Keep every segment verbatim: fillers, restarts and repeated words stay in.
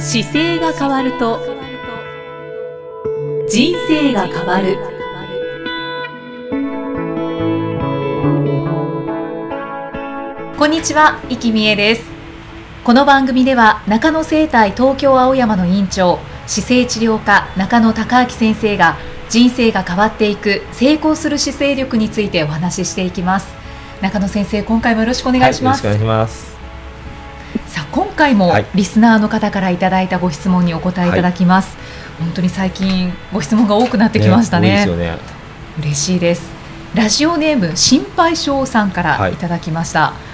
姿勢が変わると人生が変わる。こんにちは、生きみえです。この番組では中野生態東京青山の院長、姿勢治療科中野孝明先生が人生が変わっていく成功する姿勢力についてお話ししていきます。中野先生、今回もよろしくお願いします。 はい、よろしくお願いします。 さあ、今回もリスナーの方からいただいたご質問にお答えいただきます。はい、本当に最近ご質問が多くなってきました ね, ね, 多いですよね。嬉しいです。ラジオネーム心配性さんからいただきました。はい、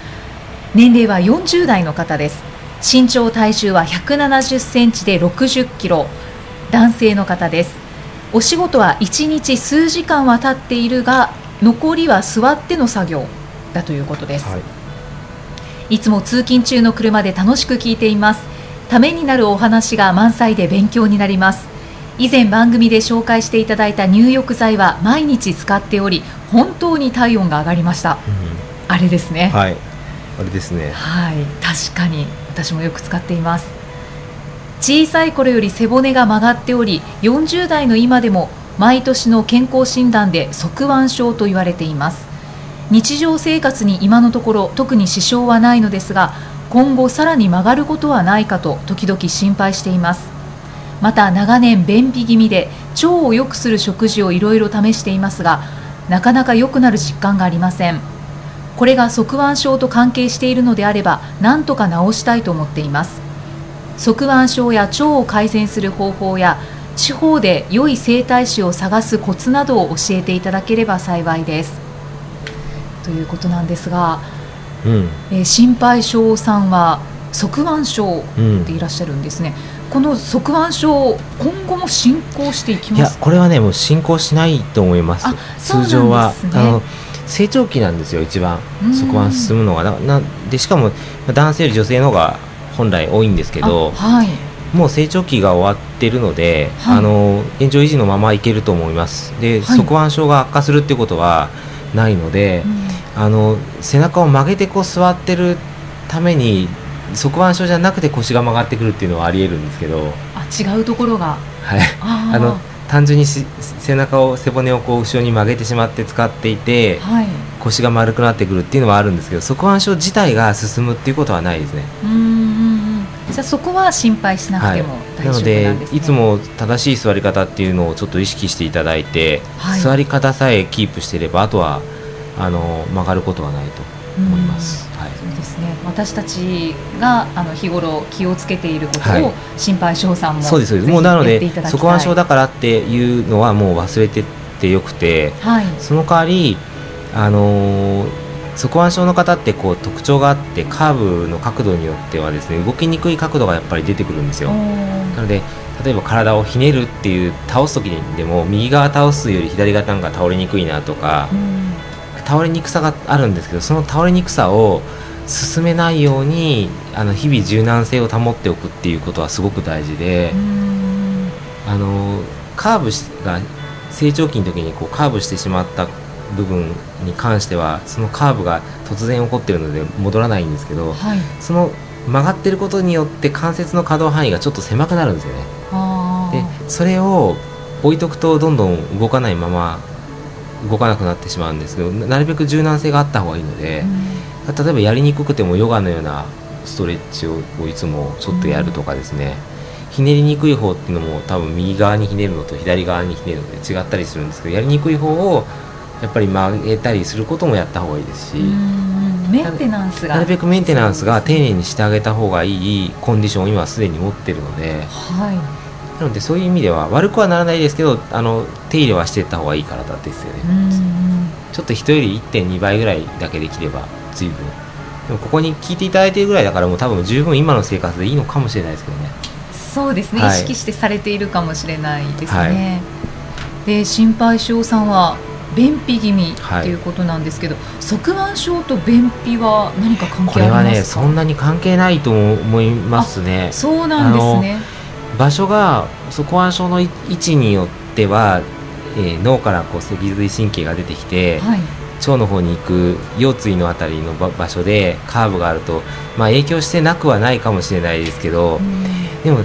年齢はよんじゅう代の方です。身長体重はひゃくななじゅっセンチでろくじゅっキロ、男性の方です。お仕事はいちにち数時間は経っているが残りは座っての作業だということです。はい、いつも通勤中の車で楽しく聞いています。ためになるお話が満載で勉強になります。以前番組で紹介していただいた入浴剤は毎日使っており本当に体温が上がりました。うん、あれですね。 はい、あれですね。 はい、確かに私もよく使っています。小さい頃より背骨が曲がっておりよんじゅう代の今でも毎年の健康診断で側弯症と言われています。日常生活に今のところ特に支障はないのですが今後さらに曲がることはないかと時々心配しています。また長年便秘気味で腸を良くする食事をいろいろ試していますがなかなか良くなる実感がありません。これが側弯症と関係しているのであれば何とか治したいと思っています。側弯症や腸を改善する方法や地方で良い整体師を探すコツなどを教えていただければ幸いですということなんですが、うんえー、心配性さんは側弯症でいらっしゃるんですね。うん、この側弯症今後も進行していきますか？ いや、これはねもう進行しないと思います。 あ、そうなんですね。通常はあの成長期なんですよ、一番側弯進むのが。なでしかも男性より女性の方が本来多いんですけど、はい、もう成長期が終わっているので、はい、あの現状維持のままいけると思います。で、はい、側弯症が悪化するってことはないので、うん、あの背中を曲げてこう座ってるために側弯症じゃなくて腰が曲がってくるっていうのはありえるんですけど、 あ、違うところが、 はい、あの単純にし背中を背骨をこう後ろに曲げてしまって使っていて、はい、腰が丸くなってくるっていうのはあるんですけど側弯症自体が進むっていうことはないですね。 うーん、じゃあそこは心配しなくても大丈夫なんですね。 なのでいつも正しい座り方っていうのをちょっと意識していただいて、はい、座り方さえキープしていればあとはあの曲がることはないと思います。はい、 そうですね。私たちがあの日頃気をつけていることを心配性さんも、はい、 そうです。もうなので側弯症だからっていうのはもう忘れてってよくて、はい、その代わりあのー、側弯症の方ってこう特徴があってカーブの角度によってはですね動きにくい角度がやっぱり出てくるんですよ。なので例えば体をひねるっていう倒す時にでも右側倒すより左側なんか倒れにくいなとか、倒れにくさがあるんですけどその倒れにくさを進めないようにあの日々柔軟性を保っておくっていうことはすごく大事で、あのカーブが成長期の時にこうカーブしてしまった部分に関してはそのカーブが突然起こっているので戻らないんですけど、はい、その曲がっていることによって関節の可動範囲がちょっと狭くなるんですよね。でそれを置いとくとどんどん動かないまま動かなくなってしまうんですけどなるべく柔軟性があった方がいいので、うん、例えばやりにくくてもヨガのようなストレッチをいつもちょっとやるとかですね、うん、ひねりにくい方っていうのも多分右側にひねるのと左側にひねるので違ったりするんですけどやりにくい方をやっぱり曲げたりすることもやった方がいいですし、 うんメンテナンスがなるべくメンテナンスが丁寧にしてあげた方がいいコンディションを今すでに持っているので、はい、なのでそういう意味では悪くはならないですけどあの手入れはしていった方がいい体ですよね。ちょっと人より いってんに 倍ぐらいだけできれば随分でもここに聞いていただいているぐらいだからもう多分十分今の生活でいいのかもしれないですけどね。 そうですね、はい、意識してされているかもしれないですね。はい、で心配性さんは便秘気味ということなんですけど、はい、側弯症と便秘は何か関係ありますか？ これはねそんなに関係ないと思いますね。 そうなんですね。 場所が側弯症の位置によっては、えー、脳からこう脊髄神経が出てきて、はい、腸の方に行く腰椎のあたりの場所でカーブがあると、まあ、影響してなくはないかもしれないですけど、うん、でも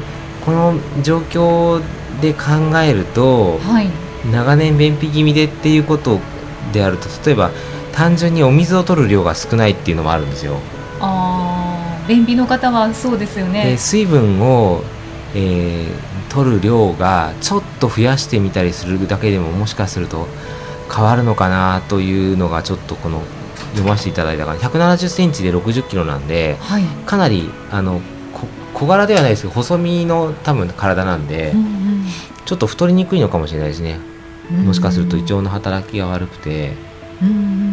この状況で考えると、はい、長年便秘気味でっていうことであると、例えば単純にお水を取る量が少ないっていうのもあるんですよ。 あー、便秘の方はそうですよね。 で水分を、えー、取る量がちょっと増やしてみたりするだけでももしかすると変わるのかなというのが、ちょっとこの読ませていただいたからひゃくななじゅっセンチでろくじゅっキロなんで、はい、かなりあの小柄ではないですけど細身の多分体なんで、うんうん、ちょっと太りにくいのかもしれないですね。もしかすると胃腸の働きが悪くて、うんうん、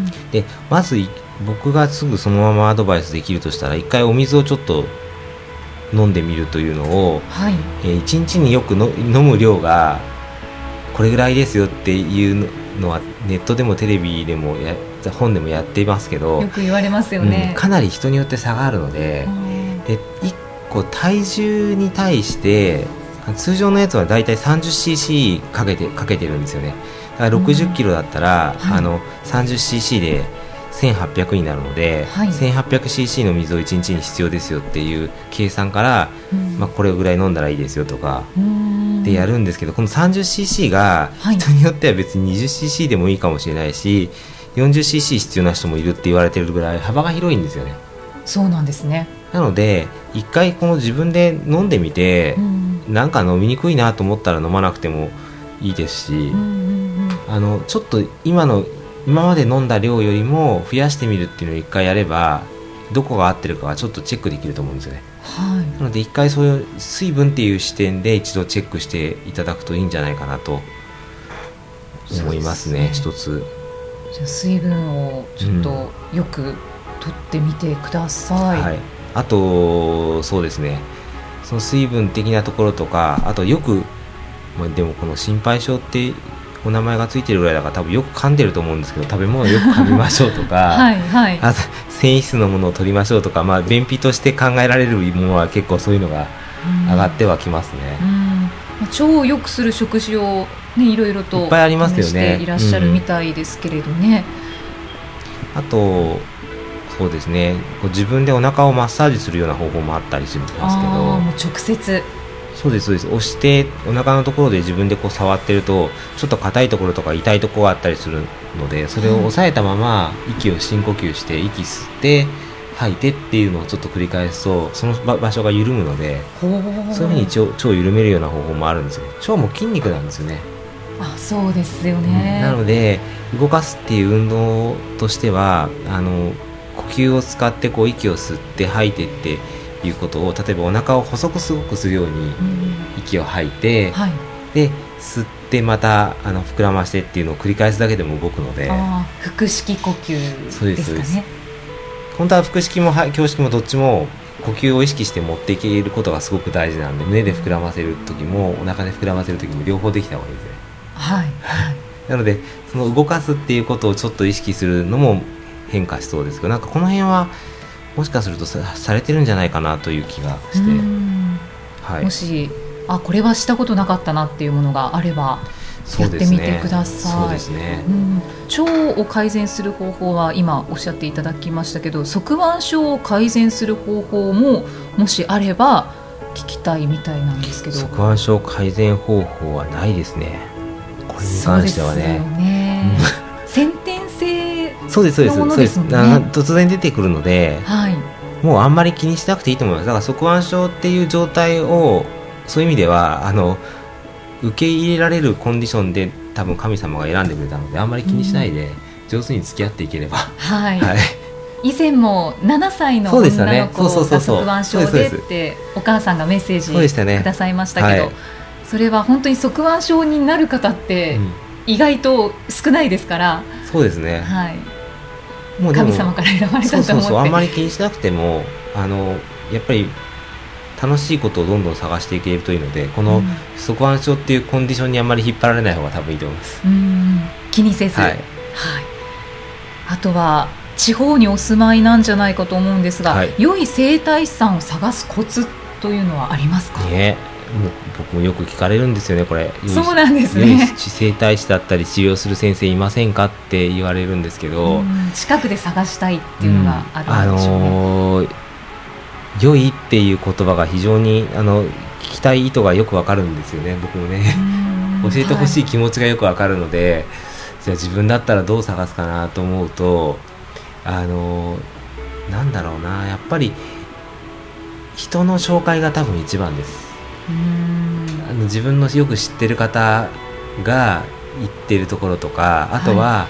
でまず僕がすぐそのままアドバイスできるとしたら、一回お水をちょっと飲んでみるというのを、はい、えー、いちにちによくの飲む量がこれぐらいですよっていうのはネットでもテレビでもや本でもやっていますけど、 よく言われますよね、 うん、かなり人によって差があるので、でいっこ体重に対して通常のやつはだいたい さんじゅっシーシー かけてかけてるんですよね。だからろくじゅっキロだったら、うん、はい、あの さんじゅっシーシー でせんはっぴゃくになるので、はい、せんはっぴゃくシーシー の水をいちにちに必要ですよっていう計算から、うん、まあ、これぐらい飲んだらいいですよとかでやるんですけど、この さんじゅっシーシー が人によっては別に にじゅっシーシー でもいいかもしれないし、よんじゅっシーシー 必要な人もいるって言われてるぐらい幅が広いんですよね。 そうなんですね。 なので一回この自分で飲んでみて、うん、なんか飲みにくいなと思ったら飲まなくてもいいですし、うんうんうん、あのちょっと今の今まで飲んだ量よりも増やしてみるっていうのを一回やれば、どこが合ってるかはちょっとチェックできると思うんですよね。はい、なので一回そういう水分っていう視点で一度チェックしていただくといいんじゃないかなと思いますね。一つじゃあ水分をちょっとよく取ってみてください、うん、はい、 あとそうですね、その水分的なところとか、あとよく、まあ、でもこの心配性ってお名前がついてるぐらいだから多分よく噛んでると思うんですけど、食べ物をよく噛みましょうとかはい、はい、あと繊維質のものを取りましょうとか、まあ、便秘として考えられるものは結構そういうのが上がってはきますね。うん、 腸を良くする食事を、ね、いろいろといっぱいありますよね。 していらっしゃるみたいですけれどね、 うん、あとそうですね、こう自分でお腹をマッサージするような方法もあったりしますけど、あもう直接そうですそうです、押してお腹のところで自分でこう触ってるとちょっと硬いところとか痛いところがあったりするので、それを抑えたまま息を深呼吸して息吸って吐いてっていうのをちょっと繰り返すと、その場所が緩むので、そういうふうに腸、腸を緩めるような方法もあるんですよ。腸も筋肉なんですよね。 あ、そうですよね、 うん、なので動かすっていう運動としては、あの呼吸を使ってこう息を吸って吐いてっていうことを、例えばお腹を細くすごくするように息を吐いて、うん、はい、で吸ってまたあの膨らましてっていうのを繰り返すだけでも動くので、 あ、腹式呼吸ですかね。そうですそうです。 本当は腹式も胸式もどっちも呼吸を意識して持っていけることがすごく大事なんで、胸で膨らませる時もお腹で膨らませる時も両方できた方がいいですね。はい、はい、なのでその動かすっていうことをちょっと意識するのも変化しそうですけど、なんかこの辺はもしかすると さ, されてるんじゃないかなという気がして、 はい、もしあこれはしたことなかったなっていうものがあればやってみてください。 そうですね、 うん、腸を改善する方法は今おっしゃっていただきましたけど、側腕症を改善する方法ももしあれば聞きたいみたいなんですけど。 側腕症改善方法はないですね、これに関してはね。そうですよね、 うん、先天性そうですそうですそうです、突然出てくるので、はい、もうあんまり気にしなくていいと思います。だから側腕症っていう状態をそういう意味ではあの受け入れられるコンディションで多分神様が選んでくれたので、あんまり気にしないで上手に付き合っていければ、 はい、はい、以前もななさいの女の子が側腕症でってお母さんがメッセージくださいましたけど、 そ, ね、はい、それは本当に側腕症になる方って意外と少ないですから、 うん、そうですね、 はい、もう神様から選ばれたと思って、 そうそうそう、あんまり気にしなくてもあのやっぱり楽しいことをどんどん探していけるといいので、この側腕症っていうコンディションにあんまり引っ張られない方が多分いいと思います。 うん、気にせず、はいはい、あとは地方にお住まいなんじゃないかと思うんですが、はい、良い整体師さんを探すコツというのはありますか？ ね、もう僕もよく聞かれるんですよね、これ。 そうなんですね。 整体師だったり治療する先生いませんかって言われるんですけど、うん、 近くで探したいっていうのがあるんでしょうね。うん、あのー良いっていう言葉が非常にあの聞きたい意図がよくわかるんですよね、僕もね教えてほしい気持ちがよくわかるので、はい、じゃあ自分だったらどう探すかなと思うと、あのなんだろうな、やっぱり人の紹介が多分一番です。うーん、あの自分のよく知ってる方が行ってるところとか、あとは、はい、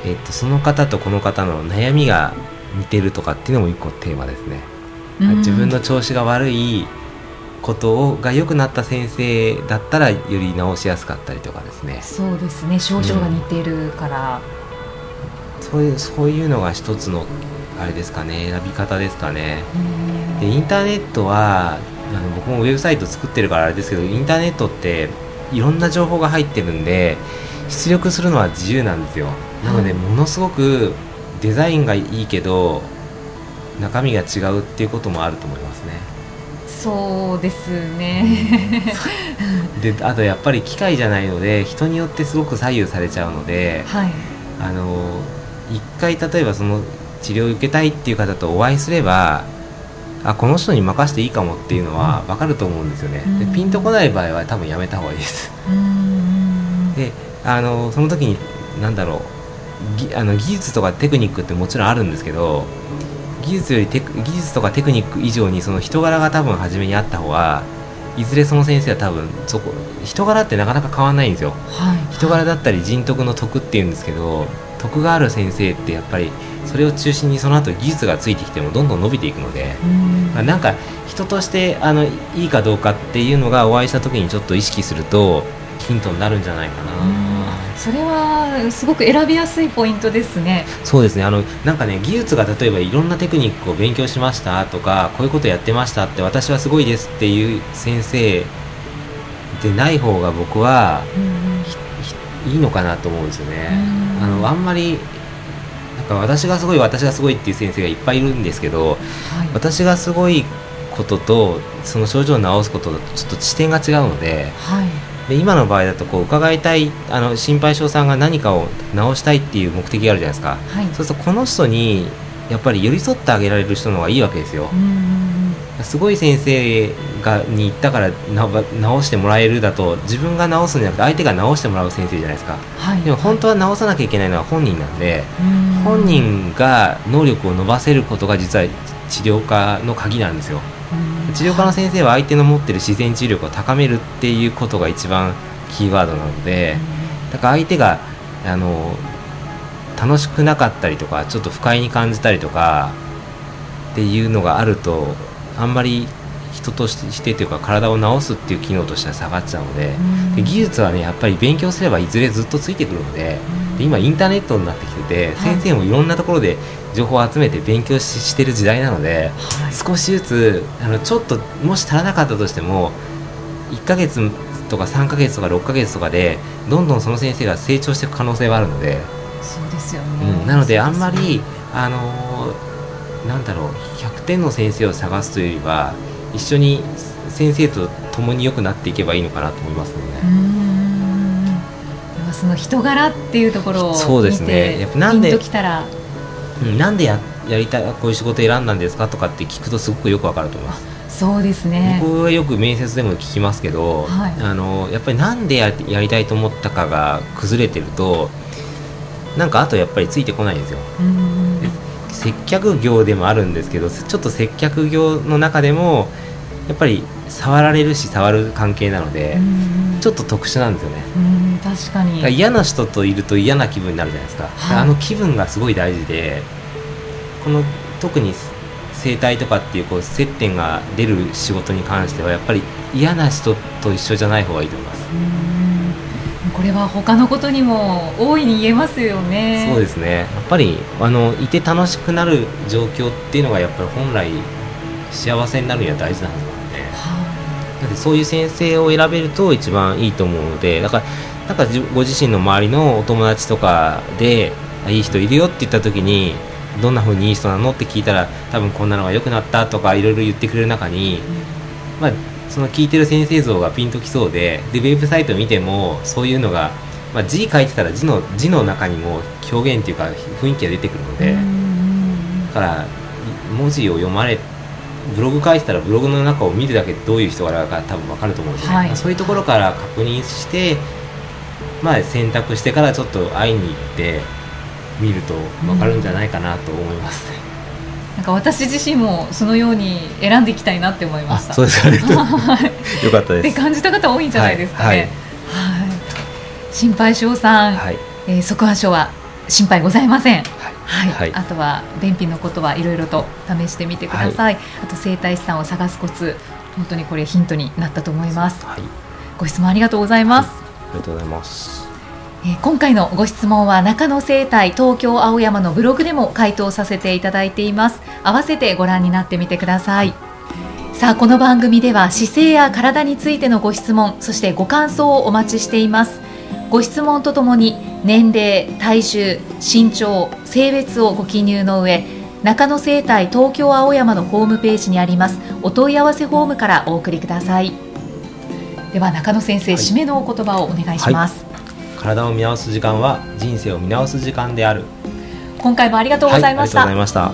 えっと、その方とこの方の悩みが似てるとかっていうのも一個テーマですね。自分の調子が悪いことが良くなった先生だったらより治しやすかったりとかですね。 そうですね、症状が似ているから、 うん、そういう、そういうのが一つのあれですかね、選び方ですかね。でインターネットはあの僕もウェブサイト作ってるからあれですけど、インターネットっていろんな情報が入ってるんで出力するのは自由なんですよ。なのでものすごくデザインがいいけど中身が違うっていうこともあると思いますね。 そうですねであとやっぱり機械じゃないので人によってすごく左右されちゃうので、はい、あの一回例えばその治療を受けたいっていう方とお会いすれば、あこの人に任せていいかもっていうのは分かると思うんですよね。でピンとこない場合は多分やめた方がいいです。であのその時に何だろう、ぎあの技術とかテクニックってもちろんあるんですけど、技術よりテク技術とかテクニック以上にその人柄が多分初めにあった方がいずれその先生は多分そこ人柄ってなかなか変わんないんですよ、はい、人柄だったり人徳の徳っていうんですけど、徳がある先生ってやっぱりそれを中心にその後技術がついてきてもどんどん伸びていくので、うん、なんか人としてあのいいかどうかっていうのがお会いした時にちょっと意識するとヒントになるんじゃないかな。 それはすごく選びやすいポイントですね。 そうですね、あのなんかね、技術が例えばいろんなテクニックを勉強しましたとか、こういうことやってましたって、私はすごいですっていう先生でない方が僕は、うん、いいのかなと思うんですよね。あのあんまりなんか私がすごい私がすごいっていう先生がいっぱいいるんですけど、はい、私がすごいこととその症状を治すこととちょっと視点が違うので、はい、で今の場合だとこう伺いたいあの心配性さんが何かを治したいっていう目的があるじゃないですか、はい、そうするとこの人にやっぱり寄り添ってあげられる人の方がいいわけですよ。すごい先生がに行ったから治してもらえるだと自分が治すんじゃなくて相手が治してもらう先生じゃないですか、はい、でも本当は治さなきゃいけないのは本人なんで、本人が能力を伸ばせることが実は治療家の鍵なんですよ。治療家の先生は相手の持ってる自然治癒力を高めるっていうことが一番キーワードなので、だから相手があの楽しくなかったりとかちょっと不快に感じたりとかっていうのがあるとあんまり人としてというか体を治すっていう機能としては下がっちゃうの で, で技術はねやっぱり勉強すればいずれずっとついてくるの で, で今インターネットになってきてて、先生もいろんなところで情報を集めて勉強 し, してる時代なので、はい、少しずつあのちょっともし足らなかったとしてもいっかげつとかさんかげつとかろっかげつとかでどんどんその先生が成長していく可能性はあるので、 そうですよね、 うん、なのであんまりあのー、なんだろうひゃくてんの先生を探すというよりは一緒に先生と共に良くなっていけばいいのかなと思いますので、ね、うーんではその人柄っていうところを見てそうですね、やっぱなんでピンときたら、 うん、なんで や, やりたいこういう仕事選んだんですかとかって聞くとすごくよくわかると思います。 そうですね、 僕はよく面接でも聞きますけど、はい、あのやっぱりなんで や, やりたいと思ったかが崩れてるとなんかあとやっぱりついてこないんですよ。うん接客業でもあるんですけどちょっと接客業の中でもやっぱり触られるし触る関係なのでちょっと特殊なんですよね。 うん確かに嫌な人といると嫌な気分になるじゃないですか、はい、あの気分がすごい大事でこの特に整体とかっていう、こう接点が出る仕事に関してはやっぱり嫌な人と一緒じゃない方がいいと思います。 うんこれは他のことにも大いに言えますよね。 そうですね、やっぱりあのいて楽しくなる状況っていうのがやっぱり本来幸せになるには大事なはずなんで、はあ、だってそういう先生を選べると一番いいと思うので、だからなんかご自身の周りのお友達とかでいい人いるよって言った時にどんな風にいい人なのって聞いたら多分こんなのが良くなったとかいろいろ言ってくれる中に、うんまあ、その聞いてる先生像がピンときそうで、でウェブサイト見てもそういうのが、まあ、字書いてたら字の、字の中にも表現っていうか雰囲気が出てくるので、だから文字を読まれブログ書いてたらブログの中を見るだけでどういう人柄か多分分かると思うんですね、はい、そういうところから確認して、まあ、選択してからちょっと会いに行って見ると分かるんじゃないかなと思いますね、 うん、なんか私自身もそのように選んでいきたいなって思いました。 あ、そうですかねよかったです。 で感じた方多いんじゃないですかね、はいはい、心配性さん、はい、えー、側腕症は心配ございません、はいはい、あとは便秘のことはいろいろと試してみてください、はい、あと整体師さんを探すコツ、本当にこれヒントになったと思います、はい、ご質問ありがとうございます、はい、 ありがとうございます。 えー、今回のご質問は中野整体東京青山のブログでも回答させていただいています。合わせてご覧になってみてください。さあ、この番組では姿勢や体についてのご質問、そしてご感想をお待ちしています。ご質問とともに年齢、体重、身長、性別をご記入の上、中野整体東京青山のホームページにありますお問い合わせフォームからお送りください。では中野先生、はい、締めのお言葉をお願いします、はい、 体を見直す時間は人生を見直す時間である。 今回もありがとうございました、 はい、ありがとうございました。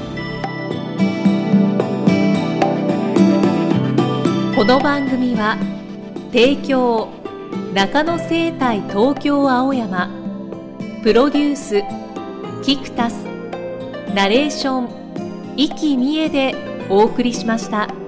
この番組は提供中野整体東京青山、プロデュースキクタス、ナレーション生きみえでお送りしました。